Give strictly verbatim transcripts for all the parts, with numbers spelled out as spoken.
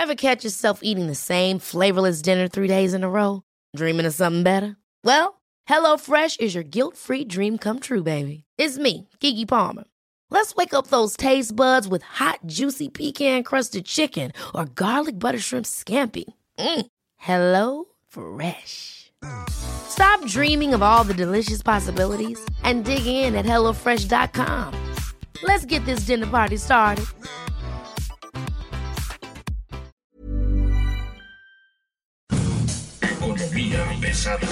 Ever catch yourself eating the same flavorless dinner three days in a row? Dreaming of something better? Well, HelloFresh is your guilt-free dream come true, baby. It's me, Keke Palmer. Let's wake up those taste buds with hot, juicy pecan-crusted chicken or garlic butter shrimp scampi. Mm. Hello Fresh. Stop dreaming of all the delicious possibilities and dig in at hello fresh dot com. Let's get this dinner party started. Economía pesada.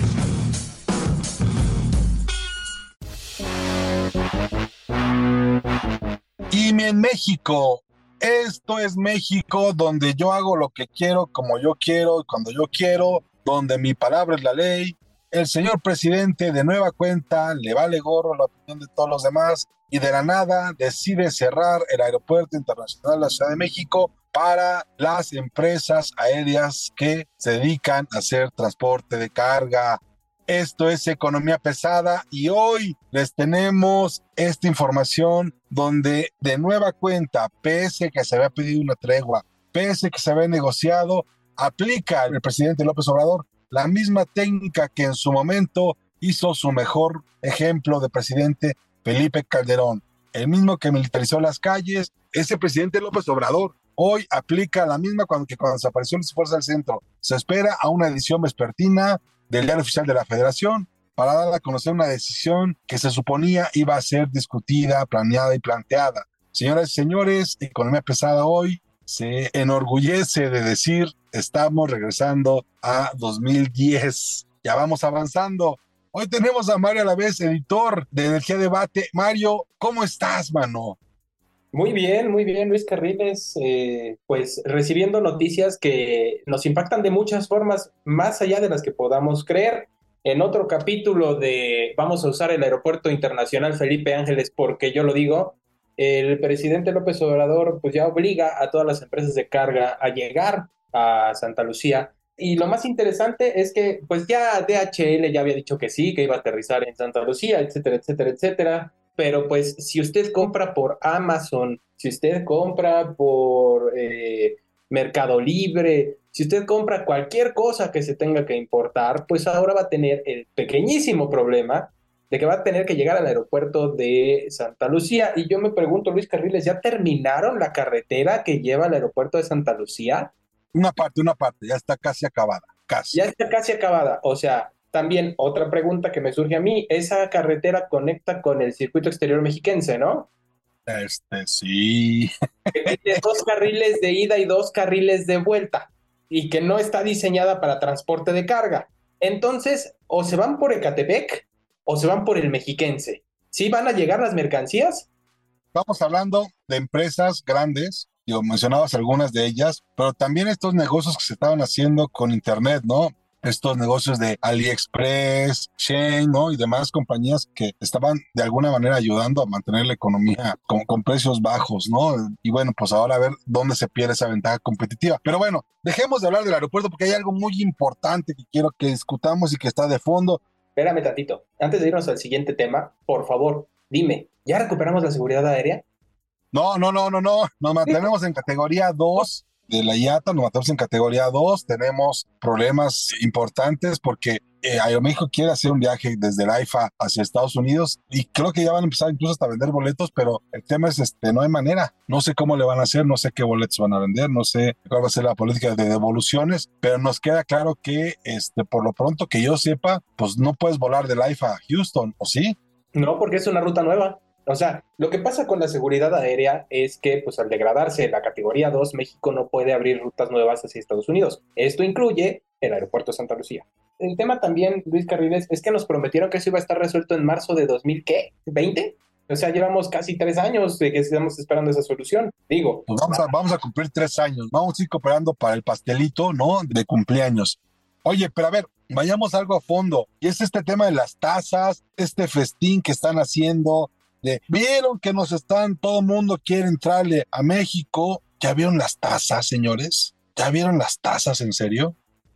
Y en México, esto es México, donde yo hago lo que quiero, como yo quiero, cuando yo quiero, donde mi palabra es la ley. El señor presidente de nueva cuenta le vale gorro la opinión de todos los demás y de la nada decide cerrar el Aeropuerto Internacional de la Ciudad de México para las empresas aéreas que se dedican a hacer transporte de carga. Esto es Economía Pesada y hoy les tenemos esta información donde de nueva cuenta, pese que se había pedido una tregua, pese que se había negociado, aplica el presidente López Obrador la misma técnica que en su momento hizo su mejor ejemplo de presidente Felipe Calderón, el mismo que militarizó las calles. Ese presidente López Obrador hoy aplica la misma cuando, que cuando desapareció Luis Fuerza del Centro. Se espera a una edición vespertina del Diario Oficial de la Federación para dar a conocer una decisión que se suponía iba a ser discutida, planeada y planteada. Señoras y señores, Economía Pesada hoy se enorgullece de decir estamos regresando a dos mil diez. Ya vamos avanzando. Hoy tenemos a Mario Alavés, editor de Energía Debate. Mario, ¿cómo estás, mano? Muy bien, muy bien, Luis Carriles, eh, pues recibiendo noticias que nos impactan de muchas formas, más allá de las que podamos creer. En otro capítulo de vamos a usar el Aeropuerto Internacional Felipe Ángeles porque yo lo digo, el presidente López Obrador pues ya obliga a todas las empresas de carga a llegar a Santa Lucía. Y lo más interesante es que pues ya D H L ya había dicho que sí, que iba a aterrizar en Santa Lucía, etcétera, etcétera, etcétera. Pero pues si usted compra por Amazon, si usted compra por eh, Mercado Libre, si usted compra cualquier cosa que se tenga que importar, pues ahora va a tener el pequeñísimo problema de que va a tener que llegar al aeropuerto de Santa Lucía. Y yo me pregunto, Luis Carriles, ¿ya terminaron la carretera que lleva al aeropuerto de Santa Lucía? Una parte, una parte, ya está casi acabada, casi. Ya está casi acabada, o sea... También otra pregunta que me surge a mí, esa carretera conecta con el circuito exterior mexiquense, ¿no? Este, sí. Que tiene dos carriles de ida y dos carriles de vuelta y que no está diseñada para transporte de carga. Entonces, o se van por Ecatepec o se van por el mexiquense. ¿Sí van a llegar las mercancías? Estamos hablando de empresas grandes, yo mencionabas algunas de ellas, pero también estos negocios que se estaban haciendo con internet, ¿no? Estos negocios de AliExpress, Shein, ¿no? Y demás compañías que estaban de alguna manera ayudando a mantener la economía con, con precios bajos, ¿no? Y bueno, pues ahora a ver dónde se pierde esa ventaja competitiva. Pero bueno, dejemos de hablar del aeropuerto porque hay algo muy importante que quiero que discutamos y que está de fondo. Espérame tantito. Antes de irnos al siguiente tema, por favor, dime, ¿ya recuperamos la seguridad aérea? No, no, no, no, no. Nos mantenemos en categoría dos. De la I A T A, nos matamos en categoría dos, tenemos problemas importantes porque eh, Aeroméxico quiere hacer un viaje desde el AIFA hacia Estados Unidos y creo que ya van a empezar incluso hasta a vender boletos, pero el tema es, este, no hay manera, no sé cómo le van a hacer, no sé qué boletos van a vender, no sé cuál va a ser la política de devoluciones, pero nos queda claro que, este, por lo pronto que yo sepa, pues no puedes volar del AIFA a Houston, ¿o sí? No, porque es una ruta nueva. O sea, lo que pasa con la seguridad aérea es que, pues, al degradarse la categoría dos, México no puede abrir rutas nuevas hacia Estados Unidos. Esto incluye el aeropuerto de Santa Lucía. El tema también, Luis Carriles, es que nos prometieron que eso iba a estar resuelto en marzo de dos mil, ¿qué? ¿veinte? O sea, llevamos casi tres años de que estamos esperando esa solución. Digo... Pues vamos a, vamos a cumplir tres años. Vamos a ir cooperando para el pastelito, ¿no? De cumpleaños. Oye, pero a ver, vayamos algo a fondo. Y es este tema de las tasas, este festín que están haciendo... De, vieron que nos están, todo el mundo quiere entrarle a México. ¿Ya vieron las tasas, señores? ¿Ya vieron las tasas, en serio?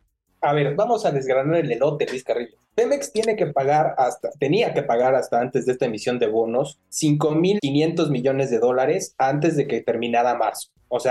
A ver, vamos a desgranar el elote, Luis Carrillo. Pemex tiene que pagar hasta, tenía que pagar hasta antes de esta emisión de bonos cinco mil quinientos millones de dólares antes de que terminara marzo. O sea,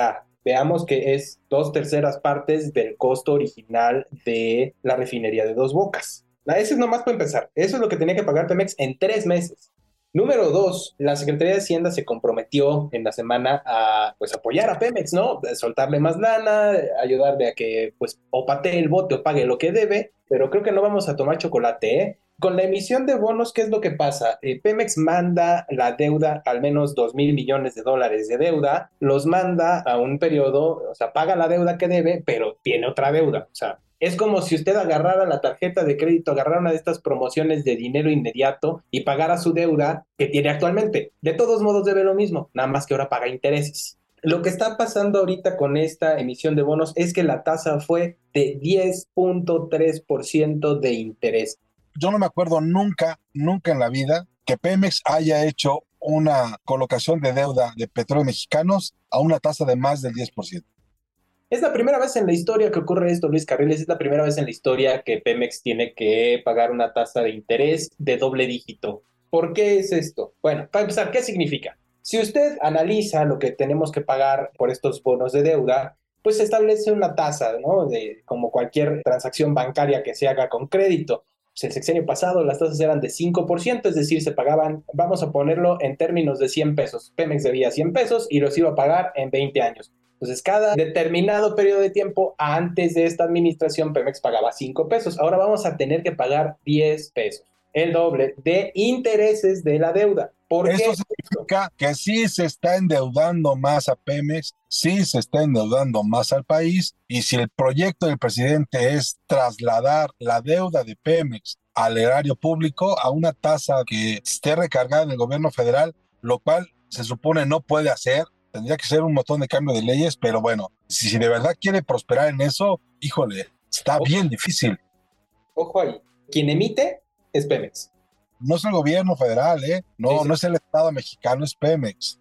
Veamos que es dos terceras partes del costo original de la refinería de Dos Bocas. Ese es nomás para empezar. Eso es lo que tenía que pagar Pemex en tres meses. Número dos, la Secretaría de Hacienda se comprometió en la semana a pues apoyar a Pemex, ¿no? Soltarle más lana, ayudarle a que pues o patee el bote o pague lo que debe, pero creo que no vamos a tomar chocolate, ¿eh? Con la emisión de bonos, ¿qué es lo que pasa? Eh, Pemex manda la deuda, al menos dos mil millones de dólares de deuda, los manda a un periodo, o sea, paga la deuda que debe, pero tiene otra deuda, o sea, es como si usted agarrara la tarjeta de crédito, agarrara una de estas promociones de dinero inmediato y pagara su deuda que tiene actualmente. De todos modos debe lo mismo, nada más que ahora paga intereses. Lo que está pasando ahorita con esta emisión de bonos es que la tasa fue de diez punto tres por ciento de interés. Yo no me acuerdo nunca, nunca en la vida que Pemex haya hecho una colocación de deuda de petróleos mexicanos a una tasa de más del diez por ciento. Es la primera vez en la historia que ocurre esto, Luis Carriles. Es la primera vez en la historia que Pemex tiene que pagar una tasa de interés de doble dígito. ¿Por qué es esto? Bueno, para empezar, ¿qué significa? Si usted analiza lo que tenemos que pagar por estos bonos de deuda, pues se establece una tasa, ¿no? De, como cualquier transacción bancaria que se haga con crédito. Pues el sexenio pasado las tasas eran de cinco por ciento, es decir, se pagaban, vamos a ponerlo en términos de cien pesos. Pemex debía cien pesos y los iba a pagar en veinte años. Entonces, cada determinado periodo de tiempo antes de esta administración, Pemex pagaba cinco pesos. Ahora vamos a tener que pagar diez pesos, el doble de intereses de la deuda. ¿Por qué? Eso significa que sí se está endeudando más a Pemex, sí se está endeudando más al país, y si el proyecto del presidente es trasladar la deuda de Pemex al erario público a una tasa que esté recargada en el gobierno federal, lo cual se supone no puede hacer, tendría que ser un montón de cambio de leyes, pero bueno, si, si de verdad quiere prosperar en eso, híjole, está Ojo, bien difícil. Ojo ahí, quien emite es Pemex. No es el gobierno federal, ¿eh? No, Sí, sí. no es el Estado mexicano, es Pemex.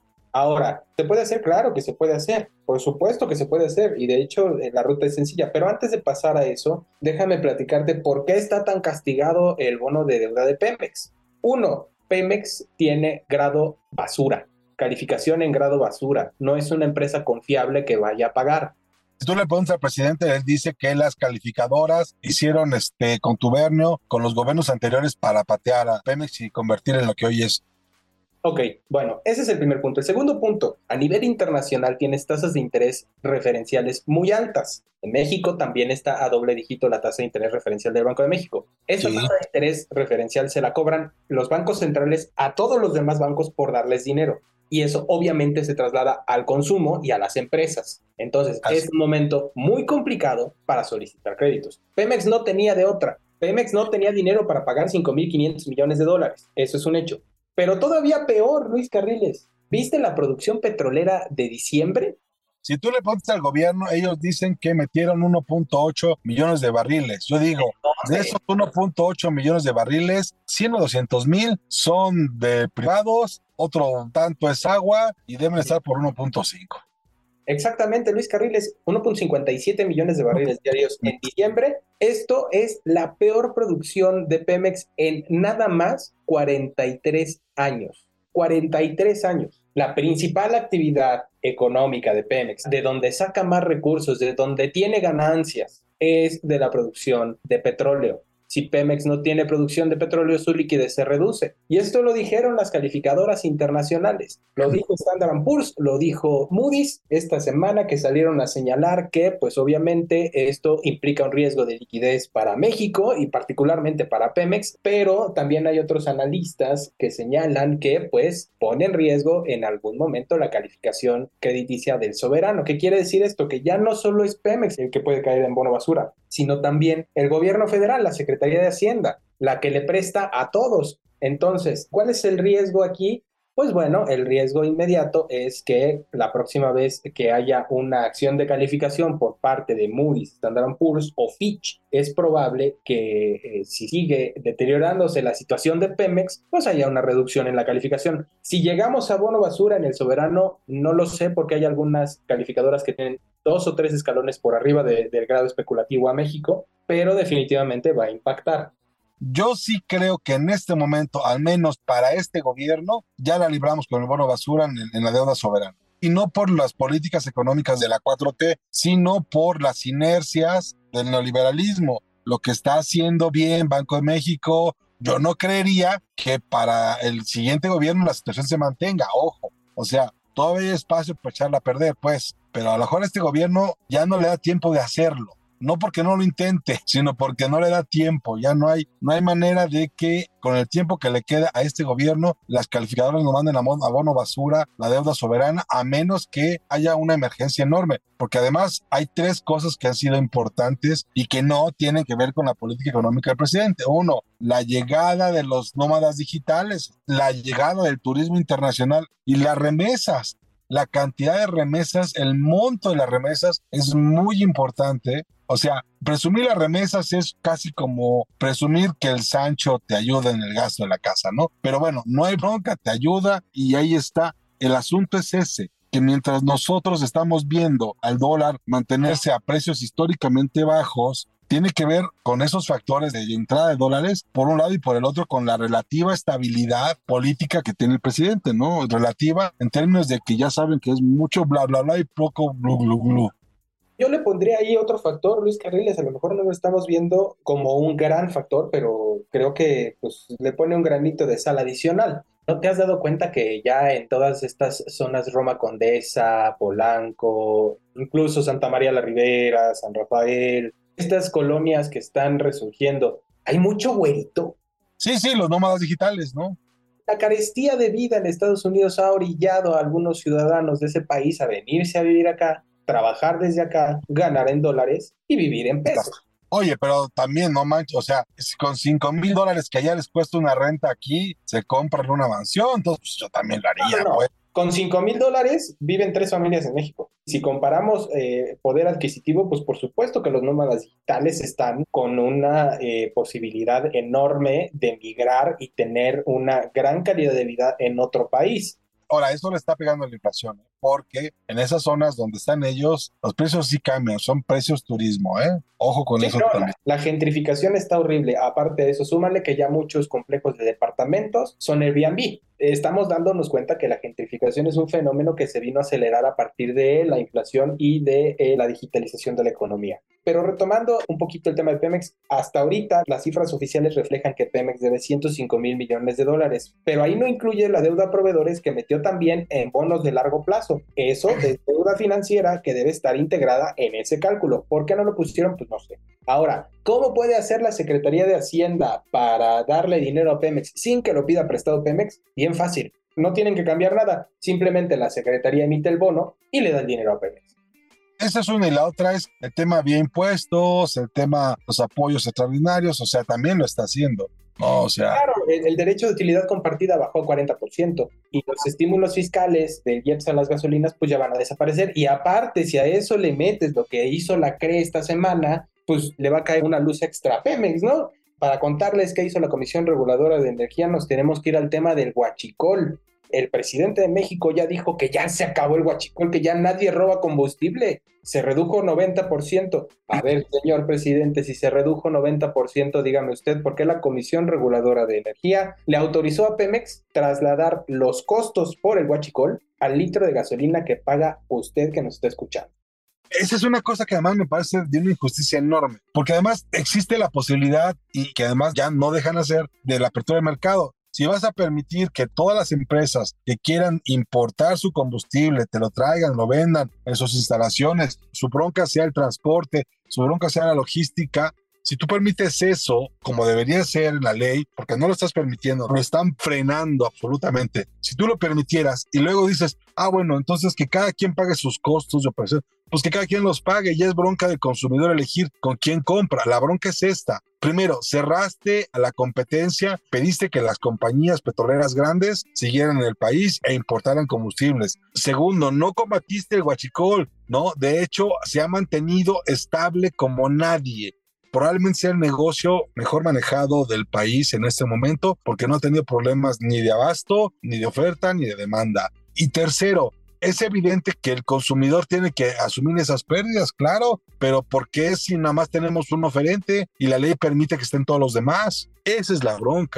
Ahora, ¿se puede hacer? Claro que se puede hacer, por supuesto que se puede hacer, y de hecho eh, la ruta es sencilla, pero antes de pasar a eso, déjame platicarte por qué está tan castigado el bono de deuda de Pemex. Uno, Pemex tiene grado basura, calificación en grado basura, no es una empresa confiable que vaya a pagar. Si tú le preguntas al presidente, él dice que las calificadoras hicieron este contubernio con los gobiernos anteriores para patear a Pemex y convertir en lo que hoy es. Ok, bueno, ese es el primer punto. El segundo punto, a nivel internacional tienes tasas de interés referenciales muy altas. En México también está a doble dígito la tasa de interés referencial del Banco de México. Esa Sí. tasa de interés referencial se la cobran los bancos centrales a todos los demás bancos por darles dinero. Y eso obviamente se traslada al consumo y a las empresas. Entonces, Así. es un momento muy complicado para solicitar créditos. Pemex no tenía de otra. Pemex no tenía dinero para pagar cinco mil quinientos millones de dólares. Eso es un hecho. Pero todavía peor, Luis Carriles. ¿Viste la producción petrolera de diciembre? Si tú le preguntas al gobierno, ellos dicen que metieron uno punto ocho millones de barriles. Yo digo, de esos uno punto ocho millones de barriles, cien o doscientos mil son de privados, otro tanto es agua y deben estar por uno punto cinco. Exactamente, Luis Carriles, uno punto cincuenta y siete millones de barriles diarios en diciembre. Esto es la peor producción de Pemex en nada más cuarenta y tres años. cuarenta y tres años. La principal actividad económica de Pemex, de donde saca más recursos, de donde tiene ganancias, es de la producción de petróleo. Si Pemex no tiene producción de petróleo, su liquidez se reduce. Y esto lo dijeron las calificadoras internacionales. Lo dijo Standard and Poor's, lo dijo Moody's esta semana, que salieron a señalar que, pues obviamente, esto implica un riesgo de liquidez para México y particularmente para Pemex, pero también hay otros analistas que señalan que, pues, pone en riesgo en algún momento la calificación crediticia del soberano. ¿Qué quiere decir esto? Que ya no solo es Pemex el que puede caer en bono basura, sino también el gobierno federal, la Secretaría de Hacienda, la que le presta a todos. Entonces, ¿cuál es el riesgo aquí? Pues bueno, el riesgo inmediato es que la próxima vez que haya una acción de calificación por parte de Moody's, Standard and Poor's o Fitch, es probable que eh, si sigue deteriorándose la situación de Pemex, pues haya una reducción en la calificación. Si llegamos a bono basura en el soberano, no lo sé porque hay algunas calificadoras que tienen dos o tres escalones por arriba de, del grado especulativo a México, pero definitivamente va a impactar. Yo sí creo que en este momento, al menos para este gobierno, ya la libramos con el bono basura en, en la deuda soberana. y no por las políticas económicas de la cuatro T, sino por las inercias del neoliberalismo. Lo que está haciendo bien Banco de México, yo no creería que para el siguiente gobierno la situación se mantenga, ojo, o sea, todavía hay espacio para echarla a perder, pues, pero a lo mejor este gobierno ya no le da tiempo de hacerlo. No porque no lo intente, sino porque no le da tiempo. Ya no hay, no hay manera de que con el tiempo que le queda a este gobierno, las calificadoras nos manden a bono basura la deuda soberana, a menos que haya una emergencia enorme. Porque además hay tres cosas que han sido importantes y que no tienen que ver con la política económica del presidente. Uno, la llegada de los nómadas digitales, la llegada del turismo internacional y las remesas. La cantidad de remesas, el monto de las remesas es muy importante. O sea, presumir las remesas es casi como presumir que el Sancho te ayuda en el gasto de la casa, ¿no? Pero bueno, no hay bronca, te ayuda y ahí está. El asunto es ese, que mientras nosotros estamos viendo al dólar mantenerse a precios históricamente bajos, tiene que ver con esos factores de entrada de dólares, por un lado, y por el otro con la relativa estabilidad política que tiene el presidente, ¿no? Relativa en términos de que ya saben que es mucho bla, bla, bla y poco glu, glu, glu. Yo le pondría ahí otro factor, Luis Carriles, a lo mejor no lo estamos viendo como un gran factor, pero creo que pues, le pone un granito de sal adicional. ¿No te has dado cuenta que ya en todas estas zonas, Roma Condesa, Polanco, incluso Santa María la Ribera, San Rafael, estas colonias que están resurgiendo, hay mucho güerito? Sí, sí, los nómadas digitales, ¿no? La carestía de vida en Estados Unidos ha orillado a algunos ciudadanos de ese país a venirse a vivir acá, trabajar desde acá, ganar en dólares y vivir en pesos. Oye, pero también, no manches, o sea, con cinco mil dólares que allá les cuesta una renta aquí, se compran una mansión, entonces pues, yo también lo haría, no, no, no. Pues. Con cinco mil dólares viven tres familias en México. Si comparamos eh, poder adquisitivo, pues por supuesto que los nómadas digitales están con una eh, posibilidad enorme de emigrar y tener una gran calidad de vida en otro país. Ahora, eso le está pegando a la inflación, ¿eh? Porque en esas zonas donde están ellos, los precios sí cambian, son precios turismo, ¿eh? Ojo con Sí, eso no, también. La, la gentrificación está horrible. Aparte de eso, súmale que ya muchos complejos de departamentos son Airbnb. Estamos dándonos cuenta que la gentrificación es un fenómeno que se vino a acelerar a partir de la inflación y de eh, la digitalización de la economía. Pero retomando un poquito el tema de Pemex, hasta ahorita las cifras oficiales reflejan que Pemex debe ciento cinco mil millones de dólares, pero ahí no incluye la deuda a proveedores que metió también en bonos de largo plazo. Eso es deuda financiera que debe estar integrada en ese cálculo. ¿Por qué no lo pusieron? Pues no sé. Ahora, ¿cómo puede hacer la Secretaría de Hacienda para darle dinero a Pemex sin que lo pida prestado Pemex? Bien fácil. No tienen que cambiar nada. Simplemente la Secretaría emite el bono y le da el dinero a Pemex. Esa es una, y la otra es el tema vía impuestos, el tema los apoyos extraordinarios, o sea, también lo está haciendo. No, o sea... Claro, el, el derecho de utilidad compartida bajó a cuarenta por ciento y los estímulos fiscales del I E P S a las gasolinas pues ya van a desaparecer. Y aparte, si a eso le metes lo que hizo la C R E esta semana, pues le va a caer una luz extra a Pemex, ¿no? Para contarles qué hizo la Comisión Reguladora de Energía, nos tenemos que ir al tema del huachicol. El presidente de México ya dijo que ya se acabó el huachicol, que ya nadie roba combustible. Se redujo noventa por ciento. A ver, señor presidente, si se redujo noventa por ciento, dígame usted, ¿por qué la Comisión Reguladora de Energía le autorizó a Pemex trasladar los costos por el huachicol al litro de gasolina que paga usted que nos está escuchando? Esa es una cosa que además me parece de una injusticia enorme, porque además existe la posibilidad, y que además ya no dejan hacer, de la apertura del mercado. Si vas a permitir que todas las empresas que quieran importar su combustible te lo traigan, lo vendan en sus instalaciones, su bronca sea el transporte, su bronca sea la logística, si tú permites eso, como debería ser en la ley, porque no lo estás permitiendo, lo están frenando absolutamente. Si tú lo permitieras y luego dices, ah, bueno, entonces que cada quien pague sus costos de operación, pues que cada quien los pague, ya es bronca del consumidor elegir con quién compra. La bronca es esta. Primero, cerraste a la competencia, pediste que las compañías petroleras grandes siguieran en el país e importaran combustibles. Segundo, no combatiste el huachicol, ¿no? De hecho, se ha mantenido estable como nadie. Probablemente sea el negocio mejor manejado del país en este momento, porque no ha tenido problemas ni de abasto, ni de oferta, ni de demanda. Y tercero, es evidente que el consumidor tiene que asumir esas pérdidas, claro, pero ¿por qué si nada más tenemos un oferente y la ley permite que estén todos los demás? Esa es la bronca.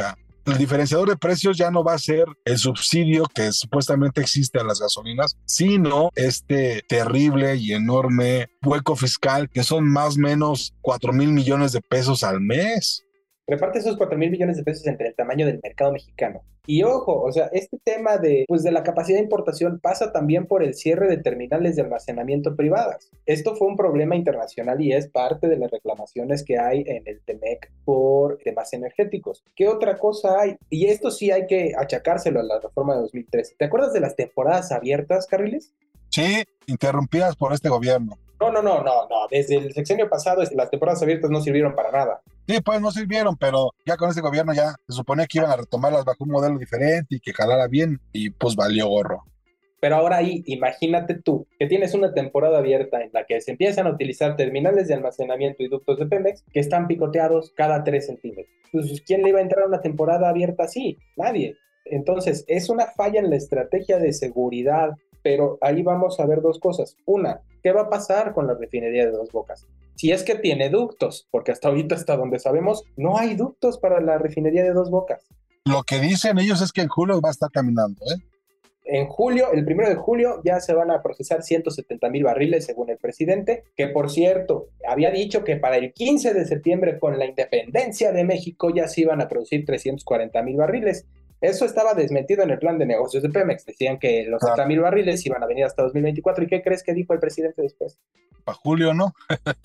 El diferenciador de precios ya no va a ser el subsidio que supuestamente existe a las gasolinas, sino este terrible y enorme hueco fiscal que son más o menos cuatro mil millones de pesos al mes. Reparte esos cuatro mil millones de pesos entre el tamaño del mercado mexicano. Y ojo, o sea, este tema de, pues, de la capacidad de importación pasa también por el cierre de terminales de almacenamiento privadas. Esto fue un problema internacional y es parte de las reclamaciones que hay en el T-M E C por temas energéticos. ¿Qué otra cosa hay? Y esto sí hay que achacárselo a la reforma de dos mil trece. ¿Te acuerdas de las temporadas abiertas, Carriles? Sí, interrumpidas por este gobierno. No, no, no, no, no. Desde el sexenio pasado las temporadas abiertas no sirvieron para nada. Sí, pues no sirvieron, pero ya con este gobierno ya se suponía que iban a retomarlas bajo un modelo diferente y que jalara bien, y pues valió gorro. Pero ahora ahí, imagínate tú, que tienes una temporada abierta en la que se empiezan a utilizar terminales de almacenamiento y ductos de Pemex que están picoteados cada tres centímetros. Entonces, ¿quién le iba a entrar a una temporada abierta así? Nadie. Entonces, es una falla en la estrategia de seguridad, pero ahí vamos a ver dos cosas. Una, ¿qué va a pasar con la refinería de Dos Bocas? Si es que tiene ductos, porque hasta ahorita, hasta donde sabemos, no hay ductos para la refinería de Dos Bocas. Lo que dicen ellos es que en julio va a estar caminando, ¿eh? En julio, el primero de julio, ya se van a procesar ciento setenta mil barriles, según el presidente, que por cierto, había dicho que para el quince de septiembre, con la independencia de México, ya se iban a producir trescientos cuarenta mil barriles. Eso estaba desmentido en el plan de negocios de Pemex. Decían que los Claro. setenta mil barriles iban a venir hasta dos mil veinticuatro. ¿Y qué crees que dijo el presidente después? Para julio, ¿no?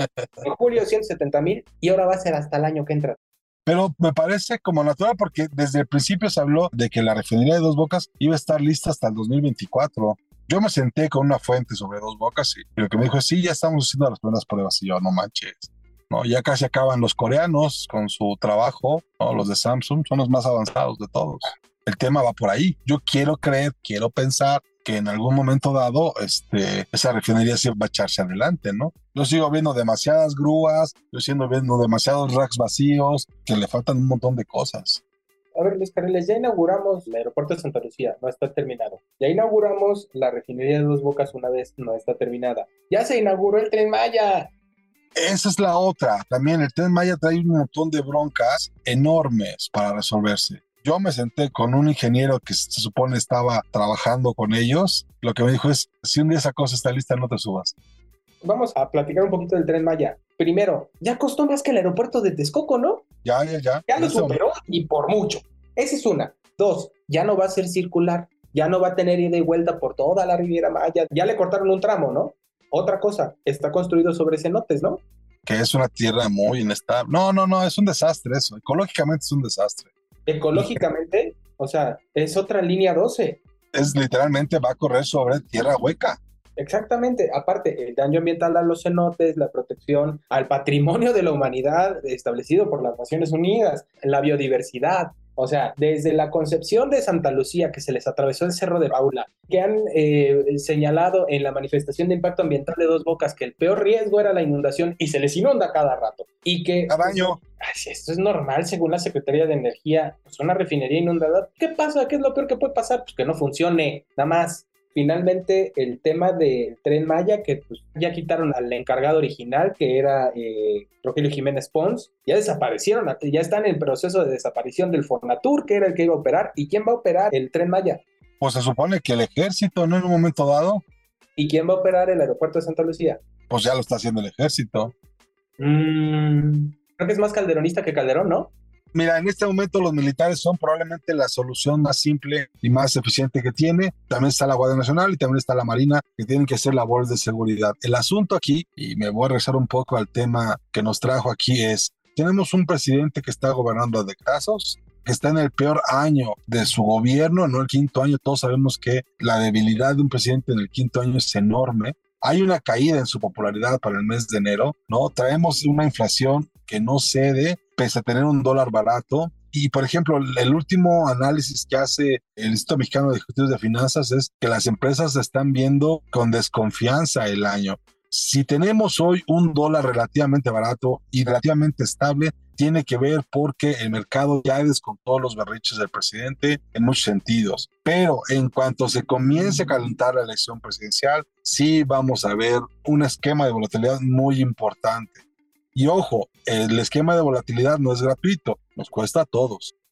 En julio, ciento setenta mil, y ahora va a ser hasta el año que entra. Pero me parece como natural porque desde el principio se habló de que la refinería de Dos Bocas iba a estar lista hasta el dos mil veinticuatro. Yo me senté con una fuente sobre Dos Bocas y, y lo que me dijo es, sí, ya estamos haciendo las primeras pruebas. Y yo, no manches, ¿no? Ya casi acaban los coreanos con su trabajo, ¿no? Los de Samsung son los más avanzados de todos. El tema va por ahí. Yo quiero creer, quiero pensar que en algún momento dado este, esa refinería sí va a echarse adelante, ¿no? Yo sigo viendo demasiadas grúas, yo sigo viendo demasiados racks vacíos, que le faltan un montón de cosas. A ver, Luis Carriles, ya inauguramos el aeropuerto de Santa Lucía, no está terminado. Ya inauguramos la refinería de Dos Bocas una vez, no está terminada. Ya se inauguró el Tren Maya. Esa es la otra. También el Tren Maya trae un montón de broncas enormes para resolverse. Yo me senté con un ingeniero que se supone estaba trabajando con ellos. Lo que me dijo es, si un día esa cosa está lista, no te subas. Vamos a platicar un poquito del Tren Maya. Primero, ya costó más que el aeropuerto de Texcoco, ¿no? Ya, ya, ya. Ya lo Ese hombre- superó y por mucho. Esa es una. Dos, ya no va a ser circular. Ya no va a tener ida y vuelta por toda la Riviera Maya. Ya le cortaron un tramo, ¿no? Otra cosa, está construido sobre cenotes, ¿no? que es una tierra muy inestable. No, no, no, es un desastre eso. Ecológicamente es un desastre. Ecológicamente, o sea, es otra línea doce. Es literalmente va a correr sobre tierra hueca. Exactamente, aparte el daño ambiental a los cenotes, la protección al patrimonio de la humanidad establecido por las Naciones Unidas, la biodiversidad, o sea, desde la concepción de Santa Lucía, que se les atravesó el Cerro de Paula, que han eh, señalado en la manifestación de impacto ambiental de Dos Bocas que el peor riesgo era la inundación y se les inunda cada rato, y que... Cada año. Ay, esto es normal según la Secretaría de Energía, pues una refinería inundada, ¿qué pasa? ¿Qué es lo peor que puede pasar? Pues que no funcione, nada más. Finalmente, el tema del Tren Maya, que pues, ya quitaron al encargado original, que era eh, Rogelio Jiménez Pons, ya desaparecieron, ya están en proceso de desaparición del Fornatur, que era el que iba a operar. ¿Y quién va a operar el Tren Maya? Pues se supone que el ejército, ¿no? En un momento dado, ¿Y quién va a operar el aeropuerto de Santa Lucía? pues ya lo está haciendo el ejército. Mm, creo que es más calderonista que Calderón, ¿no? Mira, en este momento los militares son probablemente la solución más simple y más eficiente que tiene. También está la Guardia Nacional y también está la Marina, que tienen que hacer labores de seguridad. El asunto aquí, y me voy a regresar un poco al tema que nos trajo aquí, es, tenemos un presidente que está gobernando de casos, que está en el peor año de su gobierno, no el quinto año. Todos sabemos que la debilidad de un presidente en el quinto año es enorme. Hay una caída en su popularidad para el mes de enero, ¿no? Traemos una inflación que no cede, pese a tener un dólar barato. Y, por ejemplo, el último análisis que hace el Instituto Mexicano de Ejecutivos de Finanzas es que las empresas se están viendo con desconfianza el año. Si tenemos hoy un dólar relativamente barato y relativamente estable, tiene que ver porque el mercado ya descontó los berriches del presidente en muchos sentidos. Pero en cuanto se comience a calentar la elección presidencial, sí vamos a ver un esquema de volatilidad muy importante. Y ojo, el esquema de volatilidad no es gratuito, nos cuesta a todos.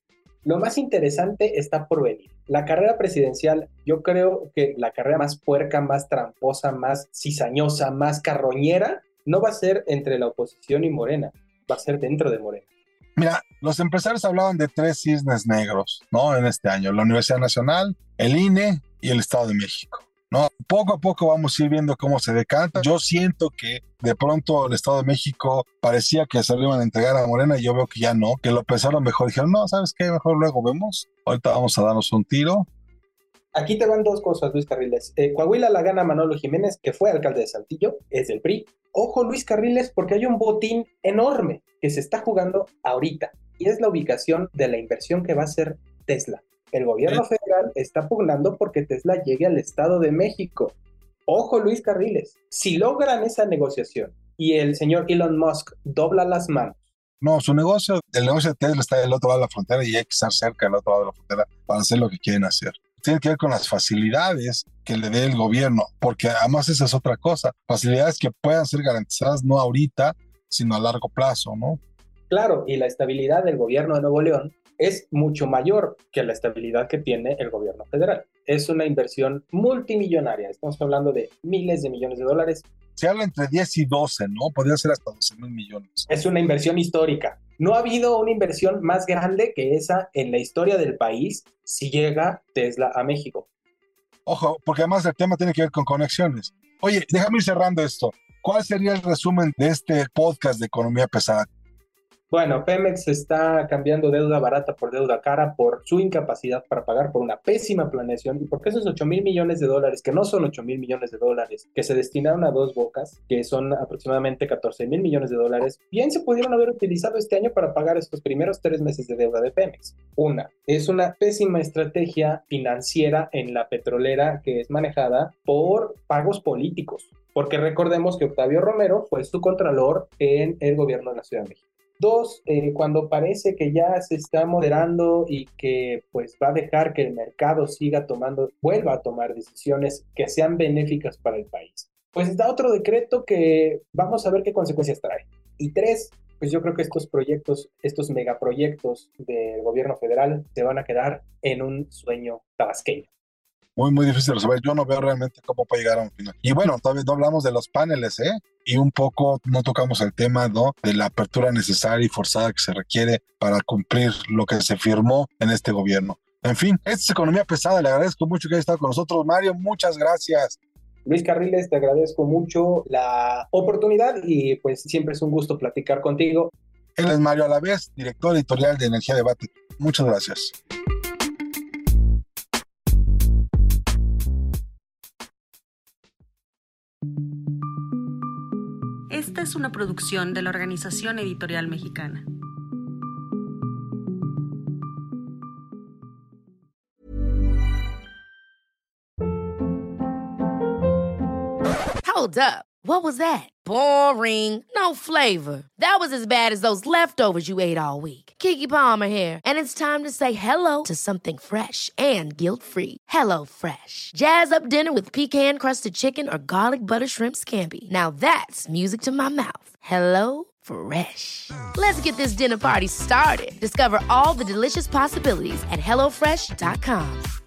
Lo más interesante está por venir. La carrera presidencial, yo creo que la carrera más puerca, más tramposa, más cizañosa, más carroñera, no va a ser entre la oposición y Morena, va a ser dentro de Morena. Mira, los empresarios hablaban de tres cisnes negros, ¿no? En este año, la Universidad Nacional, el I N E y el Estado de México, ¿no? Poco a poco vamos a ir viendo cómo se decanta. Yo siento que de pronto el Estado de México parecía que se lo iban a entregar a Morena y yo veo que ya no, que lo pensaron mejor. Dijeron, no, ¿sabes qué? Mejor luego vemos. Ahorita vamos a darnos un tiro. Aquí te van dos cosas, Luis Carriles. Eh, Coahuila la gana Manolo Jiménez, que fue alcalde de Saltillo, es del P R I. Ojo, Luis Carriles, porque hay un botín enorme que se está jugando ahorita, y es la ubicación de la inversión que va a hacer Tesla. El gobierno ¿Eh? federal está pugnando porque Tesla llegue al Estado de México. Ojo, Luis Carriles, si logran esa negociación y el señor Elon Musk dobla las manos. No, su negocio, el negocio de Tesla está del otro lado de la frontera y hay que estar cerca del otro lado de la frontera para hacer lo que quieren hacer. Tiene que ver con las facilidades que le dé el gobierno, porque además esa es otra cosa, facilidades que puedan ser garantizadas no ahorita, sino a largo plazo, ¿no? Claro, y la estabilidad del gobierno de Nuevo León es mucho mayor que la estabilidad que tiene el gobierno federal. Es una inversión multimillonaria, estamos hablando de miles de millones de dólares. Se habla entre diez y doce, ¿no? Podría ser hasta doce mil millones. Es una inversión histórica. No ha habido una inversión más grande que esa en la historia del país si llega Tesla a México. Ojo, porque además el tema tiene que ver con conexiones. Oye, déjame ir cerrando esto. ¿Cuál sería el resumen de este podcast de Economía Pesada? Bueno, Pemex está cambiando deuda barata por deuda cara por su incapacidad para pagar, por una pésima planeación y porque esos ocho mil millones de dólares, que no son ocho mil millones de dólares, que se destinaron a Dos Bocas, que son aproximadamente catorce mil millones de dólares, bien se pudieron haber utilizado este año para pagar estos primeros tres meses de deuda de Pemex. Una, es una pésima estrategia financiera en la petrolera que es manejada por pagos políticos, porque recordemos que Octavio Romero fue su contralor en el gobierno de la Ciudad de México. Dos, eh, cuando parece que ya se está moderando y que pues va a dejar que el mercado siga tomando, vuelva a tomar decisiones que sean benéficas para el país, pues da otro decreto que vamos a ver qué consecuencias trae. Y tres, pues yo creo que estos proyectos, estos megaproyectos del gobierno federal se van a quedar en un sueño tabasqueño. Muy, muy difícil de resolver. Yo no veo realmente cómo puede llegar a un final. Y bueno, todavía no hablamos de los paneles, ¿eh? Y un poco no tocamos el tema, ¿no? De la apertura necesaria y forzada que se requiere para cumplir lo que se firmó en este gobierno. En fin, esta es Economía Pesada. Le agradezco mucho que haya estado con nosotros. Mario, muchas gracias. Luis Carriles, te agradezco mucho la oportunidad y pues siempre es un gusto platicar contigo. Él es Mario Alavés, director editorial de Energía Debate. Muchas gracias. Esta es una producción de la Organización Editorial Mexicana. Hold up. What was that? Boring. No flavor. That was as bad as those leftovers you ate all week. Keke Palmer here, and it's time to say hello to something fresh and guilt-free. Hello Fresh. Jazz up dinner with pecan-crusted chicken or garlic butter shrimp scampi. Now that's music to my mouth. Hello Fresh. Let's get this dinner party started. Discover all the delicious possibilities at hello fresh dot com.